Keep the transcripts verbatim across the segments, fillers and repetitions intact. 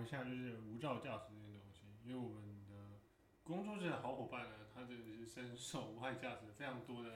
一下就是无照驾驶这件东西，因为我们的工作室的好伙伴呢，他真的是深受无害驾驶非常多的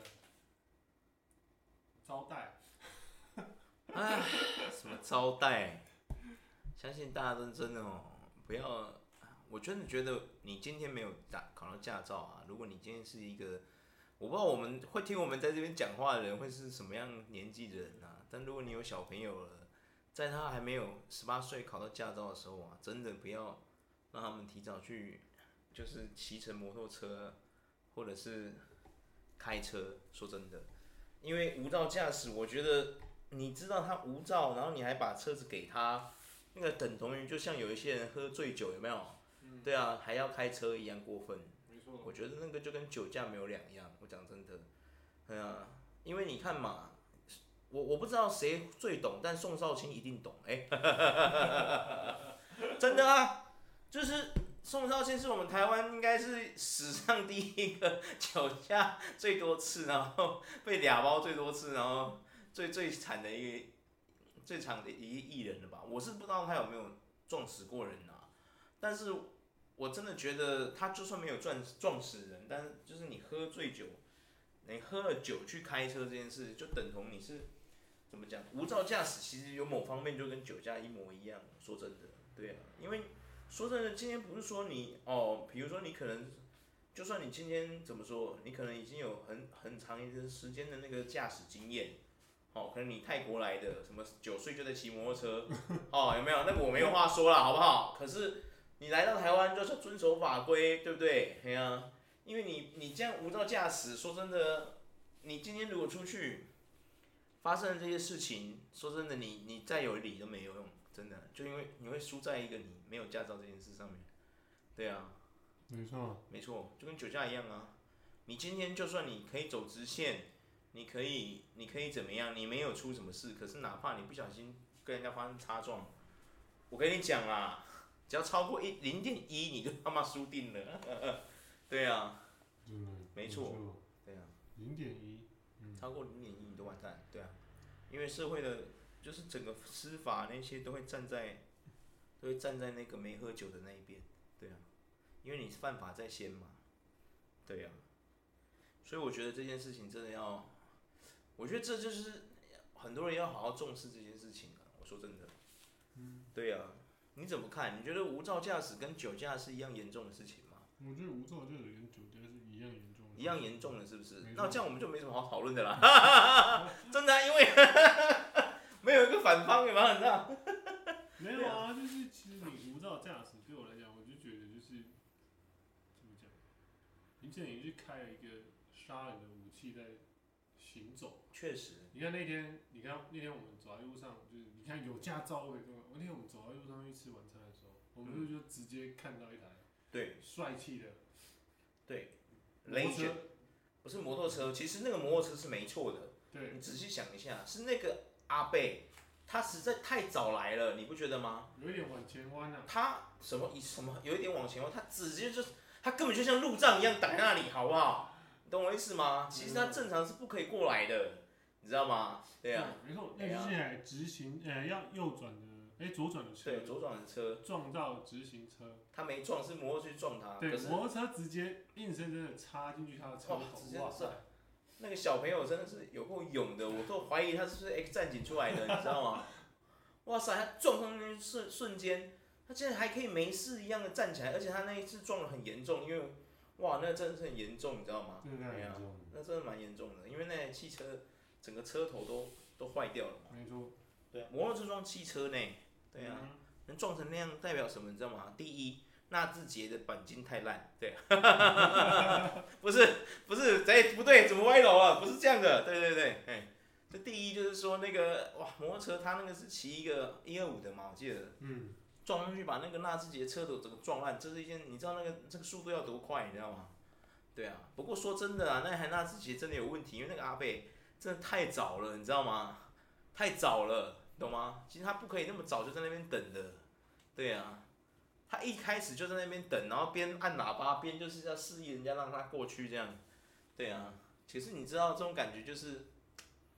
招待。 唉，什么招待？相信大家都真的哦，不要。我真的觉得你今天没有打考到驾照啊，如果你今天是一个，我不知道我们会听我们在这边讲话的人会是什么样年纪的人啊。但如果你有小朋友了，在他还没有十八岁考到驾照的时候啊，真的不要让他们提早去，就是骑乘摩托车或者是开车。说真的，因为无照驾驶，我觉得你知道他无照，然后你还把车子给他，那个等同于就像有一些人喝醉酒有没有？嗯、对啊，还要开车一样过分。 没错。 我觉得那个就跟酒驾没有两样。我讲真的，对啊，因为你看嘛。我我不知道谁最懂，但宋少卿一定懂，哎、欸，真的啊，就是宋少卿是我们台湾应该是史上第一个酒驾最多次，然后被俩包最多次，然后最最惨的一个最惨的一个艺人了吧？我是不知道他有没有撞死过人啊，但是我真的觉得他就算没有撞撞死人，但是就是你喝醉酒，你喝了酒去开车这件事，就等同你是。怎么讲？无照驾驶其实有某方面就跟酒驾一模一样。说真的，对啊，因为说真的，今天不是说你哦，比如说你可能，就算你今天怎么说，你可能已经有很很长一段时间的那个驾驶经验，哦，可能你泰国来的，什么九岁就在骑摩托车，哦，有没有？那个我没有话说了，好不好？可是你来到台湾就是遵守法规，对不对？对啊，因为你你这样无照驾驶，说真的，你今天如果出去。发生的这些事情，说真的，你你再有理都没有用，真的，就因为你会输在一个你没有驾照这件事上面。对啊， 没错， 没错，就跟酒驾一样啊。你今天就算你可以走直线，你可以你可以怎么样，你没有出什么事，可是哪怕你不小心跟人家发生擦撞，我跟你讲啦，只要超过一零点一，你就他妈输定了。对啊， 真的， 没错，对啊， 零点一。 超过零点一你都完蛋，对啊，因为社会的，就是整个司法那些都会站在，都会站在那个没喝酒的那一边，对啊，因为你犯法在先嘛，对啊，所以我觉得这件事情真的要，我觉得这就是很多人要好好重视这件事情啊，我说真的，嗯，对啊，你怎么看？你觉得无照驾驶跟酒驾是一样严重的事情吗？ 我觉得无照驾驶跟酒驾是一样严重。 一样严重的，是不是？那这样我们就没什么好讨论的啦。真的、啊，因为没有一个反方，有没有？你知道？ 没有啊，就是其实你无照驾驶，对我来讲，我就觉得就是怎么讲，你等于是开了一个杀人的武器在行走。 确实。 你看那天，你看那天我们走在路上，就是你看有驾照可以用。那天我们走在路上去吃晚餐的时候，我们就直接看到一台对帅气的对。雷卷不是摩托车，其实那个摩托车是没错的。 对， 你仔细想一下，是那个阿贝，他实在太早来了，你不觉得吗？ 有一点往前弯啊。 他什么什么有一点往前弯，他直接就他根本就像路障一样挡在那里，好不好？你懂我意思吗？其实他正常是不可以过来的，你知道吗？对啊， 没错，那就是一台直行呃要右转的。哎、欸，左转的车， 对，左转的车撞到直行车， 他没撞，是摩托车撞他。 对，摩托车直接硬生生的插进去他的车头，哇塞！ 那个小朋友真的是有够勇的，我都怀疑他是不是 X 战警出来的，你知道吗？哇塞，他撞上那瞬瞬间，他竟然还可以没事一样的站起来，而且他那一次撞得很严重，因为哇，那真的是很严重，你知道吗？ 真的很严重， 那真的蛮严重的，因为那台汽车整个车头都都坏掉了嘛。 没错。 对啊，摩托车撞汽车呢。对啊，嗯、能撞成那样代表什么？你知道吗？第一，纳智捷的钣金太烂，对，不是不是，哎不对，怎么歪楼了？不是这样的，对对对，哎，这第一就是说那个哇，摩托车它那个是骑一个一二五的嘛，我记得，嗯，撞上去把那个纳智捷车头整个撞烂，这是一件你知道那个这个速度要多快，你知道吗？对啊，不过说真的啊，那台纳智捷真的有问题，因为那个阿贝真的太早了，你知道吗？太早了。懂吗？其实他不可以那么早就在那边等的，对啊，他一开始就在那边等，然后边按喇叭边就是要示意人家让他过去这样，对啊。其实你知道这种感觉就是，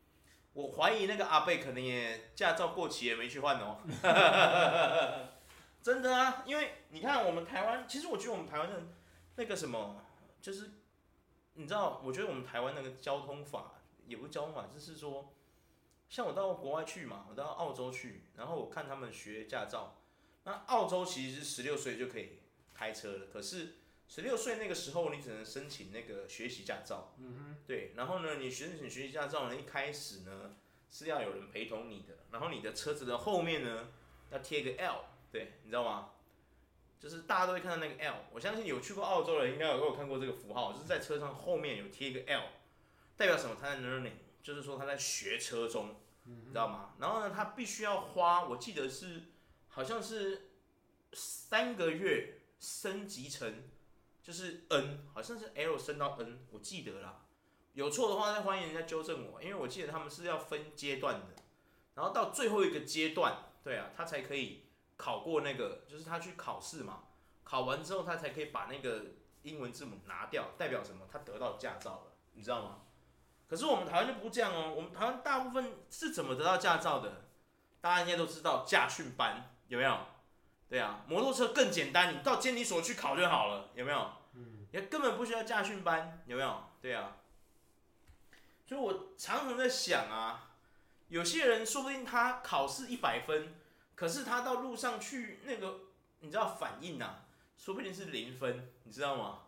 我怀疑那个阿贝可能也驾照过期也没去换哦， 真的啊，因为你看我们台湾，其实我觉得我们台湾的那个什么，就是你知道，我觉得我们台湾那个交通法也不是交通法，就是说，像我到国外去嘛，我到澳洲去，然后我看他们学驾照，那澳洲其实是十六岁就可以开车了，可是十六岁那个时候你只能申请那个学习驾照， 嗯哼， 对，然后呢，你申请学习驾照呢，一开始呢是要有人陪同你的，然后你的车子的后面呢要贴个 L。对，你知道吗？就是大家都会看到那个 L， 我相信有去过澳洲的人应该有有看过这个符号，就是在车上后面有贴一个 L， 代表什么？他在 learning， 就是说他在学车中，你知道吗？然后呢，他必须要花，我记得是好像是三个月升级成就是 N， 好像是 L 升到 N， 我记得啦。有错的话再欢迎人家纠正我，因为我记得他们是要分阶段的，然后到最后一个阶段，对啊，他才可以考过那个，就是他去考试嘛，考完之后他才可以把那个英文字母拿掉，代表什么？他得到驾照了，你知道吗？可是我们台湾就不这样哦，我们台湾大部分是怎么得到驾照的？大家应该都知道驾训班有没有？对啊，摩托车更简单，你到监理所去考就好了，有没有？嗯，也根本不需要驾训班，有没有？对啊，所以我常常在想啊，有些人说不定他考试一百分。可是他到路上去那个，你知道反应啊，说不定是零分，你知道吗？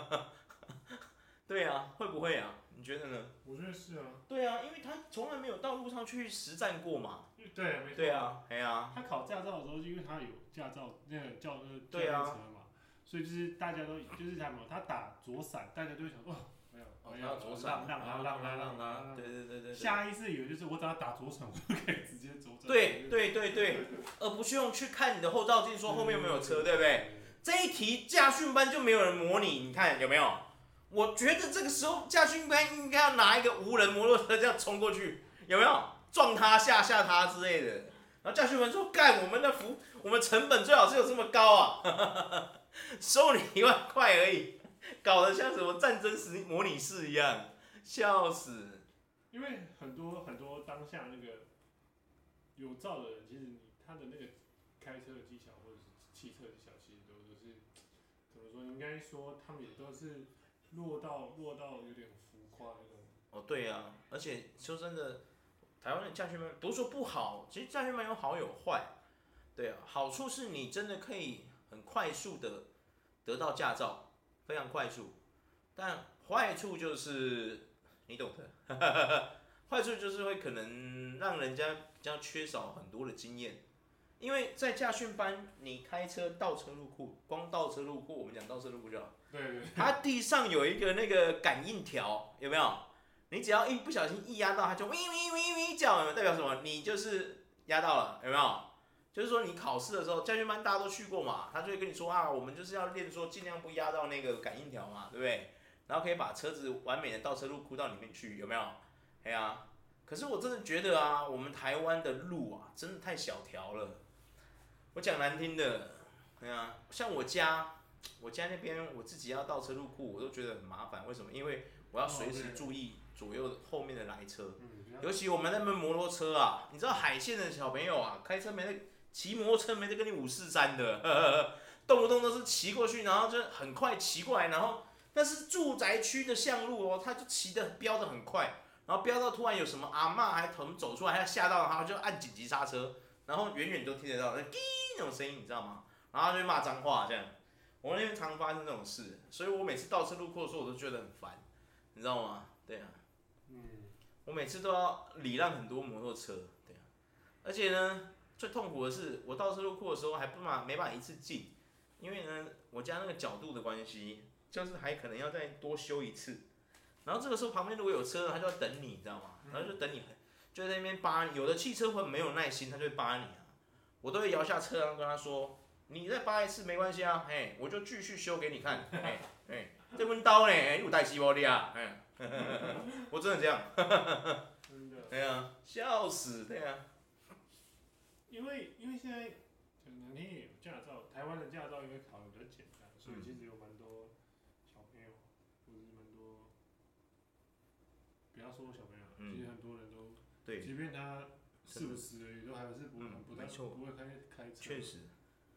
对啊，会不会啊？你觉得呢？ 我觉得是啊。 对啊，因为他从来没有到路上去实战过嘛。 对，没错。 对啊，哎啊。 他考驾照的时候，因为他有驾照那个叫那个教练车嘛，所以就是大家都就是他们他打左闪，大家都会想哦。 哦，他要左闪， 让他让他让他， 对对对对。 下意识以为就是我只要打左闪，我就可以直接左转。 对对对对，而不是用去看你的后照镜说后面有没有车，对不对？这一题驾训班就没有人模拟，你看有没有？我觉得这个时候驾训班应该要拿一个无人摩托车这样冲过去，有没有？撞他吓吓他之类的。然后驾训班说：“干，我们的服，我们成本最好是有这么高啊，收你一万块而已。”搞得像什么战争时模拟室一样，笑死！ 因为很多很多当下那个有照的人，其实你他的那个开车的技巧或者是汽车的技巧，其实都都是怎么说？应该说他们也都是落到落到有点浮夸那种。 哦，对啊，而且说真的，台湾的驾训班不是说不好，其实驾训班有好有坏。对啊，好处是你真的可以很快速的得到驾照。非常快速，但坏处就是你懂的，坏处就是会可能让人家比较缺少很多的经验，因为在驾训班，你开车倒车入库，光倒车入库，我们讲倒车入库就好， 对对， 它地上有一个那个感应条，有没有？你只要一不小心一压到，它就喂喂喂喂叫，有没有？代表什么？你就是压到了，有没有？就是说你考试的时候，驾训班大家都去过嘛，他就会跟你说啊，我们就是要练说尽量不压到那个感应条嘛，对不对？然后可以把车子完美的倒车入库到里面去，有没有？哎呀、啊，可是我真的觉得啊，我们台湾的路啊，真的太小条了。我讲难听的，哎呀、啊，像我家，我家那边我自己要倒车入库，我都觉得很麻烦。为什么？因为我要随时注意左右后面的来车，尤其我们那边摩托车啊，你知道海线的小朋友啊，开车没那。骑摩托车没得跟你五四三的，呵呵呵动不动都是骑过去，然后就很快骑过来，然后那是住宅区的巷路哦，他就骑得飙得很快，然后飙到突然有什么阿嬷还从走出来，还吓到，然后就按紧急刹车，然后远远都听得到那滴那种声音，你知道吗？然后他就骂脏话这样。我那边常发生这种事，所以我每次倒车入库的时候，我都觉得很烦，你知道吗？对啊，嗯，我每次都要礼让很多摩托车，对啊，而且呢。最痛苦的是，我倒车入库的时候还不嘛没办法一次进，因为呢我家那个角度的关系，就是还可能要再多修一次。然后这个时候旁边如果有车，他就要等你，你知道吗？然后就等你，就在那边扒你。有的汽车会没有耐心，他就会扒你啊。我都会摇下车，然后跟他说：“你再扒一次没关系啊，嘿，我就继续修给你看。”嘿，嘿，这温刀呢，你有带起无你啊？哎，我真的这样。 真的。 对啊，笑死，对啊。 因为因为现在讲难听也有驾照，台湾的驾照因为考的比较简单，所以其实有蛮多小朋友，或者是蛮多，不要说小朋友，嗯、其实很多人都， 对， 即便他四五十而已，都还是不、嗯、不太不会开开车。 确实，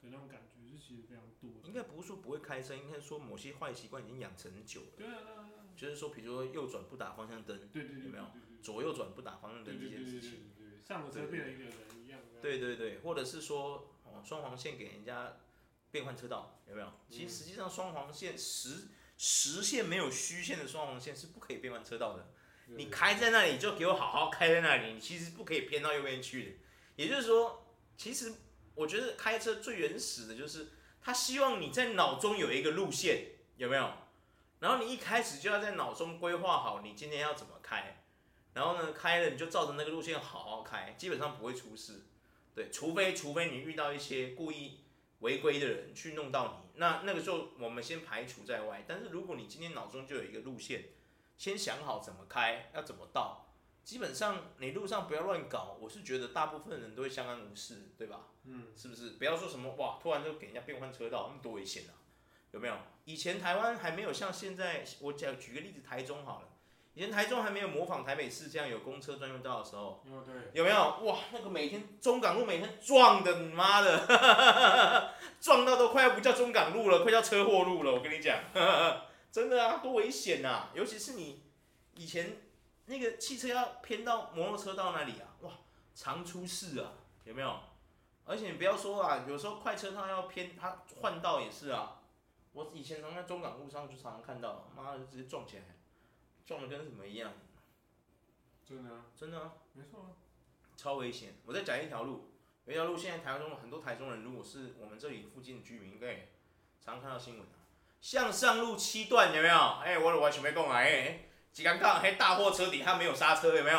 那种感觉，是其实非常多的。 应该不是说不会开车，应该说某些坏习惯已经养成很久了。 对啊，对啊，对啊。 就是说，比如说右转不打方向灯， 对对对， 有没有？左右转不打方向灯这件事情， 对对对对，上了车变成一个人一样。 对对对，或者是说，哦，双黄线给人家变换车道，有没有？其实实际上双黄线实实线没有虚线的双黄线是不可以变换车道的。你开在那里就给我好好开在那里，你其实不可以偏到右边去的。也就是说，其实我觉得开车最原始的就是他希望你在脑中有一个路线，有没有？然后你一开始就要在脑中规划好你今天要怎么开，然后呢，开了你就照着那个路线好好开，基本上不会出事。对，除非除非你遇到一些故意违规的人去弄到你，那那个时候我们先排除在外。但是如果你今天脑中就有一个路线，先想好怎么开，要怎么到，基本上你路上不要乱搞。我是觉得大部分人都会相安无事，对吧？嗯，是不是？不要说什么哇，突然就给人家变换车道，那多危险啊！有没有？以前台湾还没有像现在，我讲举个例子，台中好了。以前台中还没有模仿台北市这样有公车专用道的时候， 哦、对， 有没有？哇，那个每天中港路每天撞的，你妈的，撞到都快要不叫中港路了，快叫车祸路了。我跟你讲，真的啊，多危险呐、啊！尤其是你以前那个汽车要偏到摩托车道那里啊，哇，常出事啊，有没有？而且你不要说啊，有时候快车它要偏，它换道也是啊。我以前常在中港路上就常常看到，妈的直接撞起来。撞的跟什么一样？ 真的啊， 真的啊， 没错啊， 超危险。我再讲一条路，有一条路现在台中很多台中人，如果是我们这里附近的居民，应该也常看到新闻啊。向上路七段有没有？哎、欸，我我想要讲啊，哎、欸，几刚刚嘿大货车底下没有刹车有没有？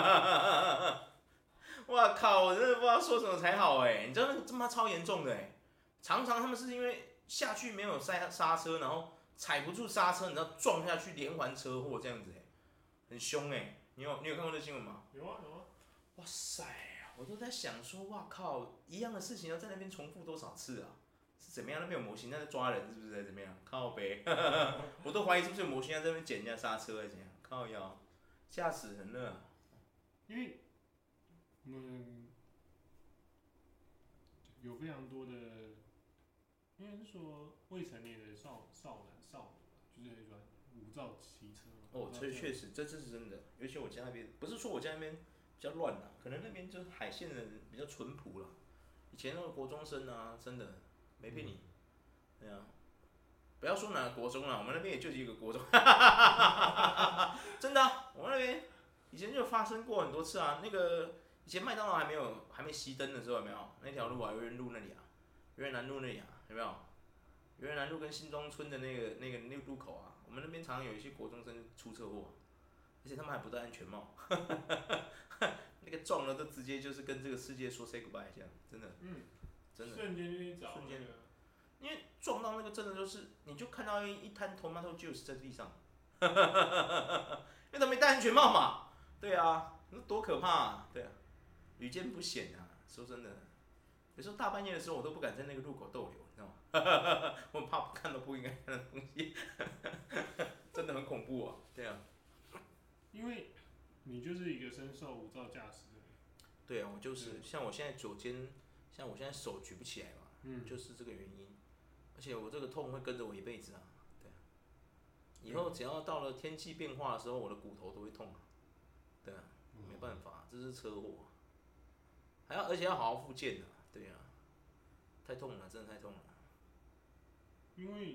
哇靠！我真的不知道说什么才好哎、欸，你知道那个他妈超严重的哎、欸，常常他们是因为下去没有刹刹车，然后。踩不住刹车，你知道撞下去连环车祸这样子、欸，很凶哎、欸！你有你有看过这新闻吗？ 有啊有啊。 哇塞！我都在想说，哇靠，一样的事情要在那边重复多少次啊？是怎么样？那边有模型在抓人，是不是？怎么样？靠北，我都怀疑是不是有模型在那边捡人家刹车，还是怎样？靠腰，吓死人了。 因为我们有非常多的，应该是说未成年的少少男少女，就是很喜欢无照骑车。 哦，确确实，这这是真的。尤其我家那边，不是说我家那边比较乱啦，可能那边就是海线的人比较淳朴啦。以前那个国中生啊，真的没骗你，对啊，不要说哪个国中啦，我们那边也就一个国中，真的、啊，我们那边以前就发生过很多次啊。那个以前麦当劳还没有还没熄灯的时候，有没有那条路啊，游园路那里啊，游园南路那里啊，有没有？游园南路跟新庄村的那个那个那个路口啊，我们那边常常有一些国中生出车祸、啊，而且他们还不戴安全帽，那个撞了都直接就是跟这个世界说 say goodbye 这样，真的， 嗯， 真的， 瞬间去找、那個， 瞬间，因为撞到那个真的就是，你就看到一一滩 tomato juice 在地上，因为他没戴安全帽嘛，对啊，那多可怕啊，对啊，屡见不鲜啊，说真的，有时候大半夜的时候我都不敢在那个路口逗留。我很怕看到不应该看的东西，真的很恐怖啊！对啊， 因为你就是一个深受无照驾驶的人。 对啊，我就是像我现在左肩，像我现在手举不起来嘛， 嗯， 就是这个原因。而且我这个痛会跟着我一辈子啊，对啊。以后只要到了天气变化的时候，我的骨头都会痛啊，对啊，没办法，这是车祸，还要而且要好好复健啊，对啊，太痛了，真的太痛了。 因为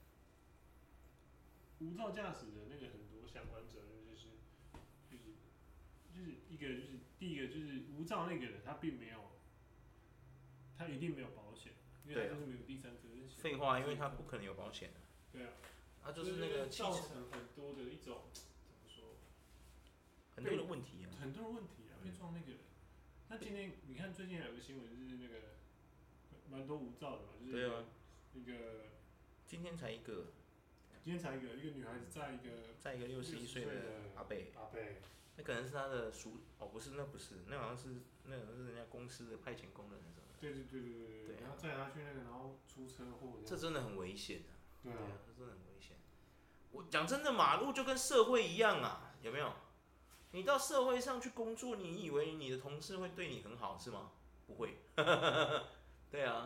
无照驾驶的那个很多相关责任就是就是就是一个就是第一个就是无照那个人他并没有，他一定没有保险，因为他就是没有第三责任险。 废话，因为他不可能有保险的。 对啊， 他就是那个造成很多的一种怎么说？ 很多的问题啊。 很多的问题啊，被撞那个人。那今天你看最近还有个新闻，就是那个蛮多无照的嘛，就是对啊， 那个。 今天才一个， 今天才一个一个女孩子载一个载一个六十一岁的阿伯， 阿伯， 那可能是他的叔，哦不是，那不是，那好像是那好像是人家公司的派遣工人什么的。 对对对对对对。然后载他去那个，然后出车祸。 这真的很危险啊！ 对啊， 这真的很危险。我讲真的，马路就跟社会一样啊，有没有？你到社会上去工作，你以为你的同事会对你很好是吗？不会。对啊，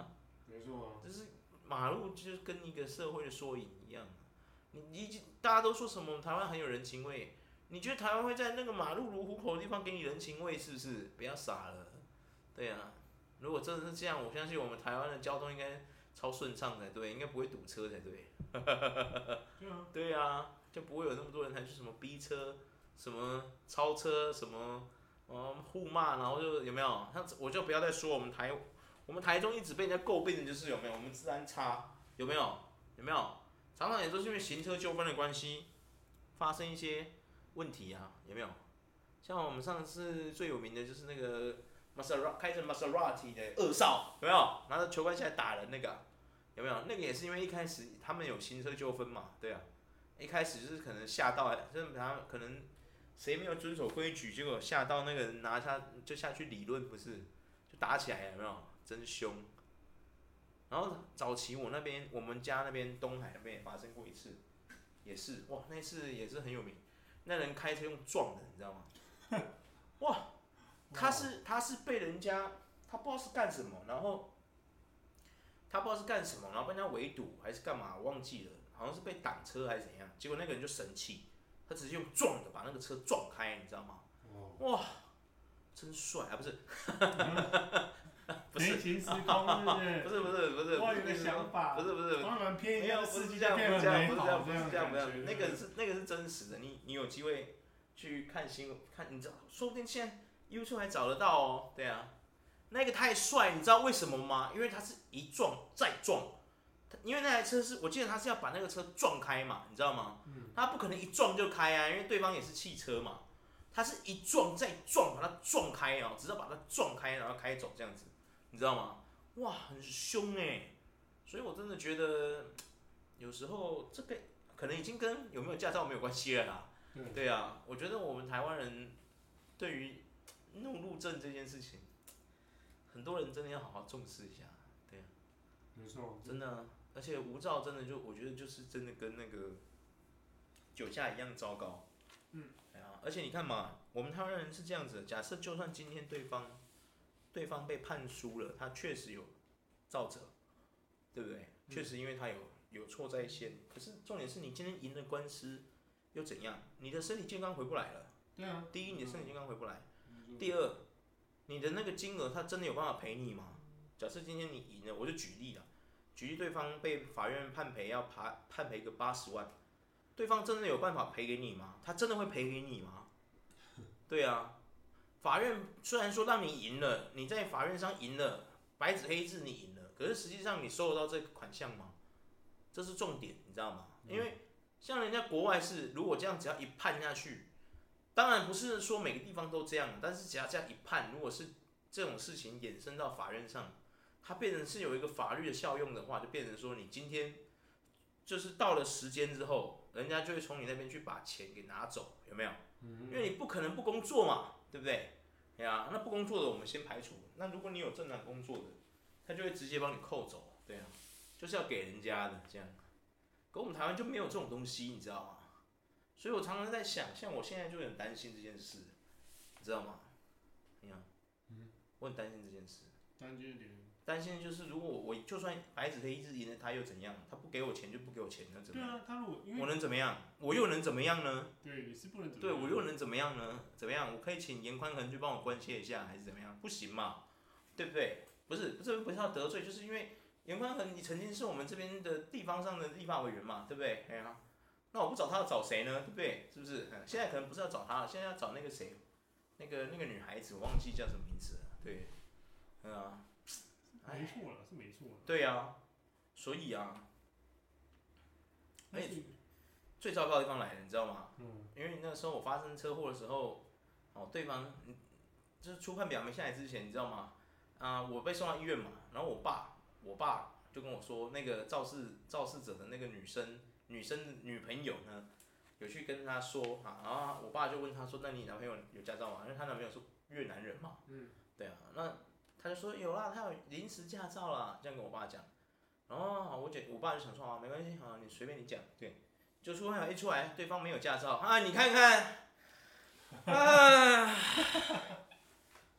没错啊。 就是马路就是跟一个社会的缩影一样。你你大家都说什么台湾很有人情味，你觉得台湾会在那个马路如虎口的地方给你人情味是不是？不要傻了，对啊。如果真的是这样，我相信我们台湾的交通应该超顺畅才对，应该不会堵车才对。 对啊。 对啊，就不会有那么多人才去什么逼车、什么超车、什么呃互骂，然后就有没有？像我就不要再说我们台我们台中一直被人家诟病的就是有没有？我们治安差，有没有？有没有？常常也都是因为行车纠纷的关系，发生一些问题啊，有没有？像我们上次最有名的就是那个 Maserati 开着 Maserati 的二少，有没有？拿着球杆下来打人那个，有没有？那个也是因为一开始他们有行车纠纷嘛，对啊，一开始就是可能吓到，就是他可能谁没有遵守规矩，结果吓到那个人拿下就下去理论，不是就打起来了，有没有？真凶。然后早期我那边我们家那边东海那边也发生过一次，也是哇，那次也是很有名，那人开车用撞的，你知道吗？哇，他是他是被人家他不知道是干什么，然后他不知道是干什么，然后被人家围堵还是干嘛，我忘记了，好像是被挡车还是怎样，结果那个人就生气，他直接用撞的把那个车撞开，你知道吗？哇，真帅啊，不是？不是， 平行时空是不是？不是不是不是， 我有个想法， 不是不是， 当然偏一没有， 的不是这样， 世界变不是这样， 得美好不是这样，不是这样，不是这样，那个是是那个是真实的，你你有机会去看新闻，看你知道，说不定现在 YouTube 还找得到哦，对啊，那个太帅，你知道为什么吗？因为他是一撞再撞，因为那台车是我记得他是要把那个车撞开嘛，你知道吗？ 嗯、 他不可能一撞就开啊，因为对方也是汽车嘛，他是一撞再撞，把它撞开哦，只要把它撞开，然后开走这样子，你知道吗？哇，很凶哎、欸，所以我真的觉得有时候这个可能已经跟有没有驾照没有关系了啦。 对, 对啊，我觉得我们台湾人对于怒路症这件事情，很多人真的要好好重视一下。对啊， 没错， 真的、啊，而且无照真的就我觉得就是真的跟那个酒驾一样糟糕。 嗯， 对啊，而且你看嘛，我们台湾人是这样子的，假设就算今天对方对方被判输了，他确实有肇责，对不对？确、实因为他有有错在先，可是重点是你今天赢了官司又怎样？你的身体健康回不来了。 对啊。 第一，你的身体健康回不来； 嗯、 第二，你的那个金额他真的有办法赔你吗？假设今天你赢了，我就举例了，举例对方被法院判赔要判判赔个八十万，对方真的有办法赔给你吗？他真的会赔给你吗？对啊。法院虽然说让你赢了，你在法院上赢了，白纸黑字你赢了，可是实际上你收得到这个款项吗？这是重点，你知道吗？因为像人家国外是，如果这样只要一判下去，当然不是说每个地方都这样，但是只要这样一判，如果是这种事情衍生到法院上，它变成是有一个法律的效用的话，就变成说你今天就是到了时间之后，人家就会从你那边去把钱给拿走，有没有？因为你不可能不工作嘛，对不对？对啊，那不工作的我们先排除。那如果你有正常工作的，他就会直接帮你扣走，对啊，就是要给人家的这样。可我们台湾就没有这种东西，你知道吗？所以我常常在想，像我现在就很担心这件事，你知道吗？你看，我很担心这件事。 担心点。 担心就是如果我就算白纸黑字赢了他又怎样？他不给我钱就不给我钱，那怎么样？ 对啊，他如果因为我能怎么样？我又能怎么样呢？ 对，你是不能怎么样。 对，我又能怎么样呢？怎么样？我可以请严宽恒去帮我关切一下，还是怎么样？不行嘛，对不对？不是，这不是要得罪，就是因为严宽恒你曾经是我们这边的地方上的立法委员嘛，对不对？哎呀，那我不找他要找谁呢？对不对？是不是？嗯，现在可能不是要找他了，现在要找那个谁，那个那个女孩子，我忘记叫什么名字了。对，嗯啊， 没错了，是没错了。 对啊，所以啊， 哎， 最糟糕的地方来了，你知道吗？ 嗯。 因为那时候我发生车祸的时候，哦，对方就是初判表没下来之前，你知道吗？啊、呃，我被送到医院嘛，然后我爸，我爸就跟我说，那个肇事肇事者的那个女生，女生的女朋友呢，有去跟他说啊，然后我爸就问他说，那你男朋友有驾照吗？因为他男朋友是越南人嘛， 嗯， 对啊，那他就说有啦，他有临时驾照啦，这样跟我爸讲。然后我姐我爸就想说啊，没关系啊，你随便你讲，对。就出判表一出来，对方没有驾照啊，你看看，啊，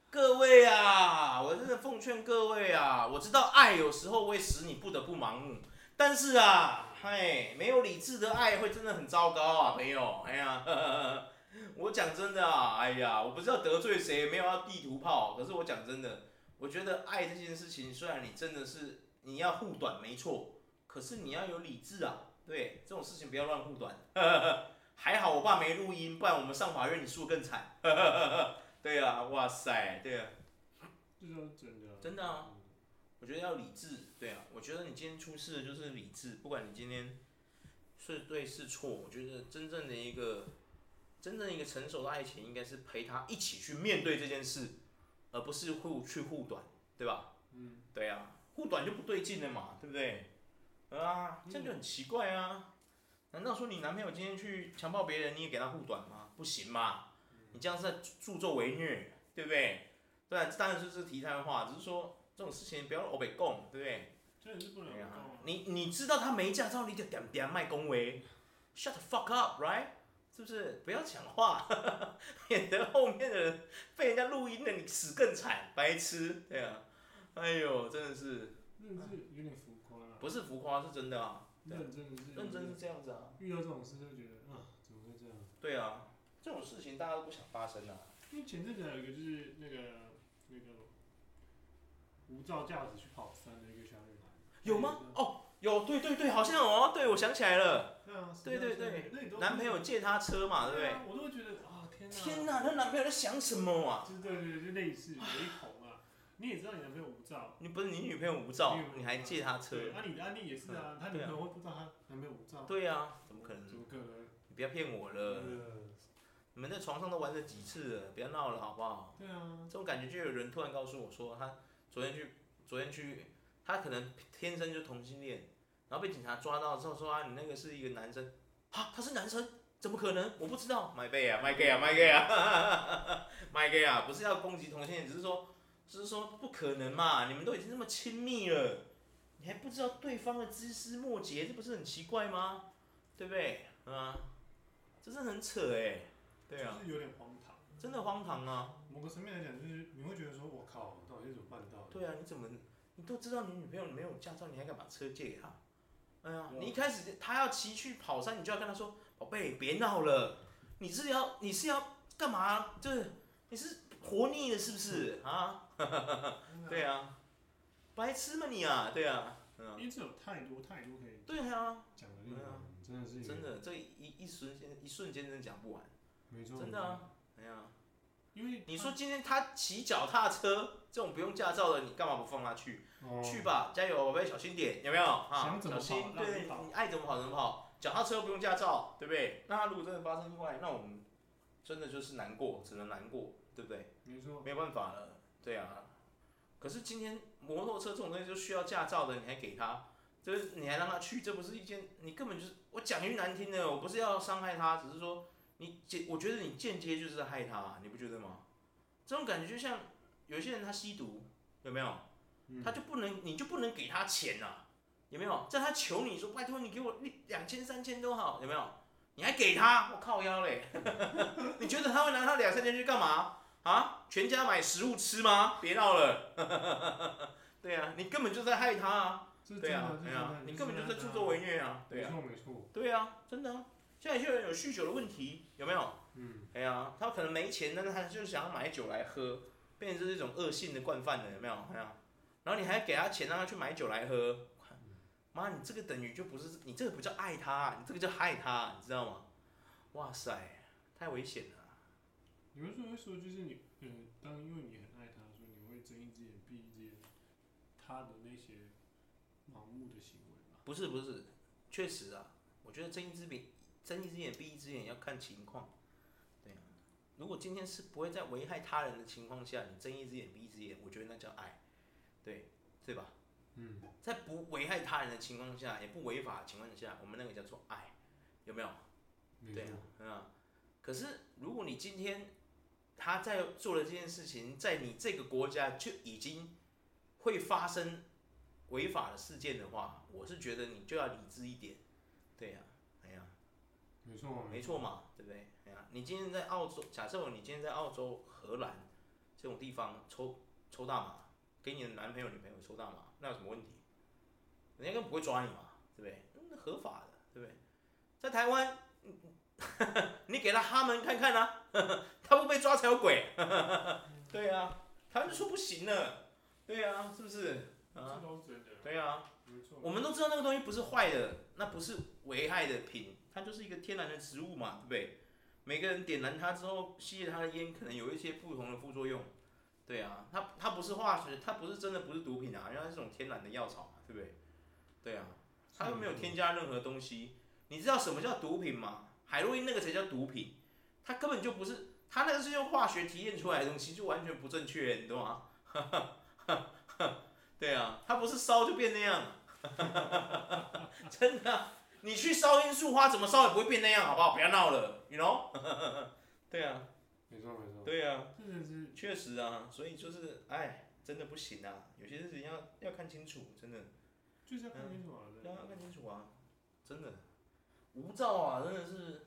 各位啊，我真的奉劝各位啊，我知道爱有时候会使你不得不盲目，但是啊，嘿，没有理智的爱会真的很糟糕啊，朋友。哎呀，呵呵我讲真的啊，哎呀，我不是要得罪谁，没有要地图炮，可是我讲真的，我觉得爱这件事情，虽然你真的是你要护短没错，可是你要有理智啊，对，这种事情不要乱护短。还好我爸没录音，不然我们上法院你输得更惨。对啊，哇塞，对啊， 这是真的。 真的啊，我觉得要理智，对啊，我觉得你今天出事的就是理智，不管你今天是对是错，我觉得真正的一个真正一个成熟的爱情，应该是陪他一起去面对这件事，而不是互去护短，对吧？ 嗯， 对啊，护短就不对劲了嘛，对不对？啊，这样就很奇怪啊。难道说你男朋友今天去强暴别人，你也给他护短吗？不行嘛，你这样是在助纣为虐，对不对？对啊，当然就是题材话，只是说这种事情不要欧北共，对不对？ 真的是不能讲、啊。 你你知道他没驾照，你就点点卖恭维 ，shut the fuck up，right？ 是不是？不要讲话，免得后面的人被人家录音了，你死更惨，白痴，对啊。哎呦，真的是， 真的是有点浮夸了。 不是浮夸，是真的啊。 认真的是。 认真是这样子啊。 遇到这种事就觉得啊，怎么会这样？ 对啊，这种事情大家都不想发生啊。 因为前阵子还有一个就是那个那个无照驾驶去跑山的一个小女孩。 有吗？哦，有，对对对，好像有哦，对，我想起来了。 对啊。 对对对，男朋友借她车嘛，对不对？ 我都会觉得啊，天哪！ 天哪，她男朋友在想什么啊？ 对对对，就类似雷同啊。你也知道你男朋友无照， 你不是你女朋友无照，你还借她车？ 对，啊，你的案例也是啊，她女朋友会不知道她男朋友无照。 对啊，怎么可能？ 怎么可能？ 你不要骗我了。你们在床上都玩了几次了，不要闹了好不好？ 对啊。 这种感觉就有人突然告诉我说，他昨天去，昨天去，他可能天生就同性恋，然后被警察抓到之后说啊，你那个是一个男生，啊，他是男生，怎么可能？我不知道，my gay 啊，my gay 啊，my gay 啊，my gay 啊，不是要攻击同性恋，只是说，只是说不可能嘛，你们都已经那么亲密了，你还不知道对方的蛛丝末节，这不是很奇怪吗？对不对？啊，这真的很扯哎、欸。对啊， 就是有点荒唐， 真的荒唐啊！ 某个层面来讲，就是你会觉得说，我靠，到底是怎么办到的？ 对啊，你怎么，你都知道你女朋友没有驾照，你还敢把车借给她？哎呀，你一开始他要骑去跑山，你就要跟他说，宝贝，别闹了，你是要你是要干嘛？就是你是活腻了是不是啊？对啊，白痴吗你啊？对啊， 因为这有太多太多可以对啊讲的地方，真的是真的，这一一瞬间一瞬间真的讲不完。 没错， 真的啊，哎呀， 因为你说今天他骑脚踏车这种不用驾照的，你干嘛不放他去？ 哦、 去吧，加油，宝贝，小心点，有没有？啊， 小心，对，你爱怎么跑怎么跑。脚踏车不用驾照，对不对？那他如果真的发生意外，那我们真的就是难过，只能难过，对不对？ 没错， 没有办法了，对啊。可是今天摩托车这种东西就需要驾照的，你还给他，就是你还让他去，这不是一件，你根本就是我讲句难听的，我不是要伤害他，只是说。你间，我觉得你间接就是在害他，你不觉得吗？这种感觉就像有些人他吸毒，有没有？他就不能，你就不能给他钱啊，有没有？在他求你说拜托你给我两千三千都好，有没有？你还给他，我靠腰嘞！你觉得他会拿他两三千去干嘛？啊？全家买食物吃吗？别闹了！对啊，你根本就在害他啊！对啊，对啊，你根本就在助纣为虐啊！对啊， 没错没错。 对啊，真的啊。现在有些人有酗酒的问题，有没有？ 嗯， 哎呀，他可能没钱，但是他就想要买酒来喝，变成这种恶性的惯犯了，有没有？哎呀，然后你还给他钱让他去买酒来喝，妈，你这个等于就不是，你这个不叫爱他，你这个叫害他，你知道吗？哇塞，太危险了。 有人说会说，就是你，呃，当因为你很爱他，所以你会睁一只眼闭一只眼，他的那些盲目的行为吧？ 不是不是，确实啊，我觉得睁一只眼睁一只眼闭一只眼要看情况。对啊，如果今天是不会在危害他人的情况下，你睁一只眼闭一只眼，我觉得那叫爱，对对吧？ 嗯， 在不危害他人的情况下，也不违法的情况下，我们那个叫做爱，有没有？对啊，嗯。可是如果你今天他在做的这件事情，在你这个国家就已经会发生违法的事件的话，我是觉得你就要理智一点。对呀、啊，哎呀， 没错， 没错嘛，对不对？哎呀，你今天在澳洲，假设你今天在澳洲、荷兰这种地方抽抽大麻，给你的男朋友女朋友抽大麻，那有什么问题？人家根本不会抓你嘛，对不对？那合法的，对不对？在台湾，你给他哈门看看啊，他不被抓才有鬼。对啊，台湾就说不行了，对啊，是不是？啊， 这都是真的。 对啊， 没错。 我们都知道那个东西不是坏的，那不是危害的品，它就是一个天然的植物嘛，对不对？每个人点燃它之后，吸了它的烟，可能有一些不同的副作用。对啊，它它不是化学，它不是真的不是毒品啊，因为它是种天然的药草嘛，对不对？对啊，它又没有添加任何东西。你知道什么叫毒品吗？海洛因那个才叫毒品，它根本就不是，它那个是用化学提炼出来的东西，就完全不正确，你懂吗？对啊，它不是烧就变那样，真的啊、你去烧罂粟花，怎么烧也不会变那样，好不好？不要闹了 ，you know？ 对啊， 没错没错。 对啊， 真的是确实啊，所以就是，哎，真的不行啊，有些事情要要看清楚，真的。 就是要看清楚啊， 嗯、要看清楚啊，真的，无照啊，真的是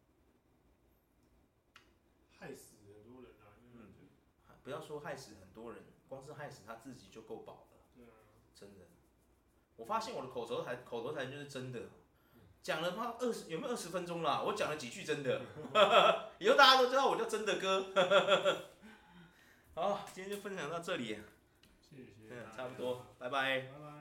害死很多人啊。嗯， 不要说害死很多人，光是害死他自己就够饱了。 对啊， 真的。我发现我的口头禅，口头禅就是真的，讲了妈二十有没有二十分钟啦？我讲了几句真的，以后大家都知道我叫真的哥。好，今天就分享到这里， 谢谢， 嗯，差不多，拜拜。 拜拜。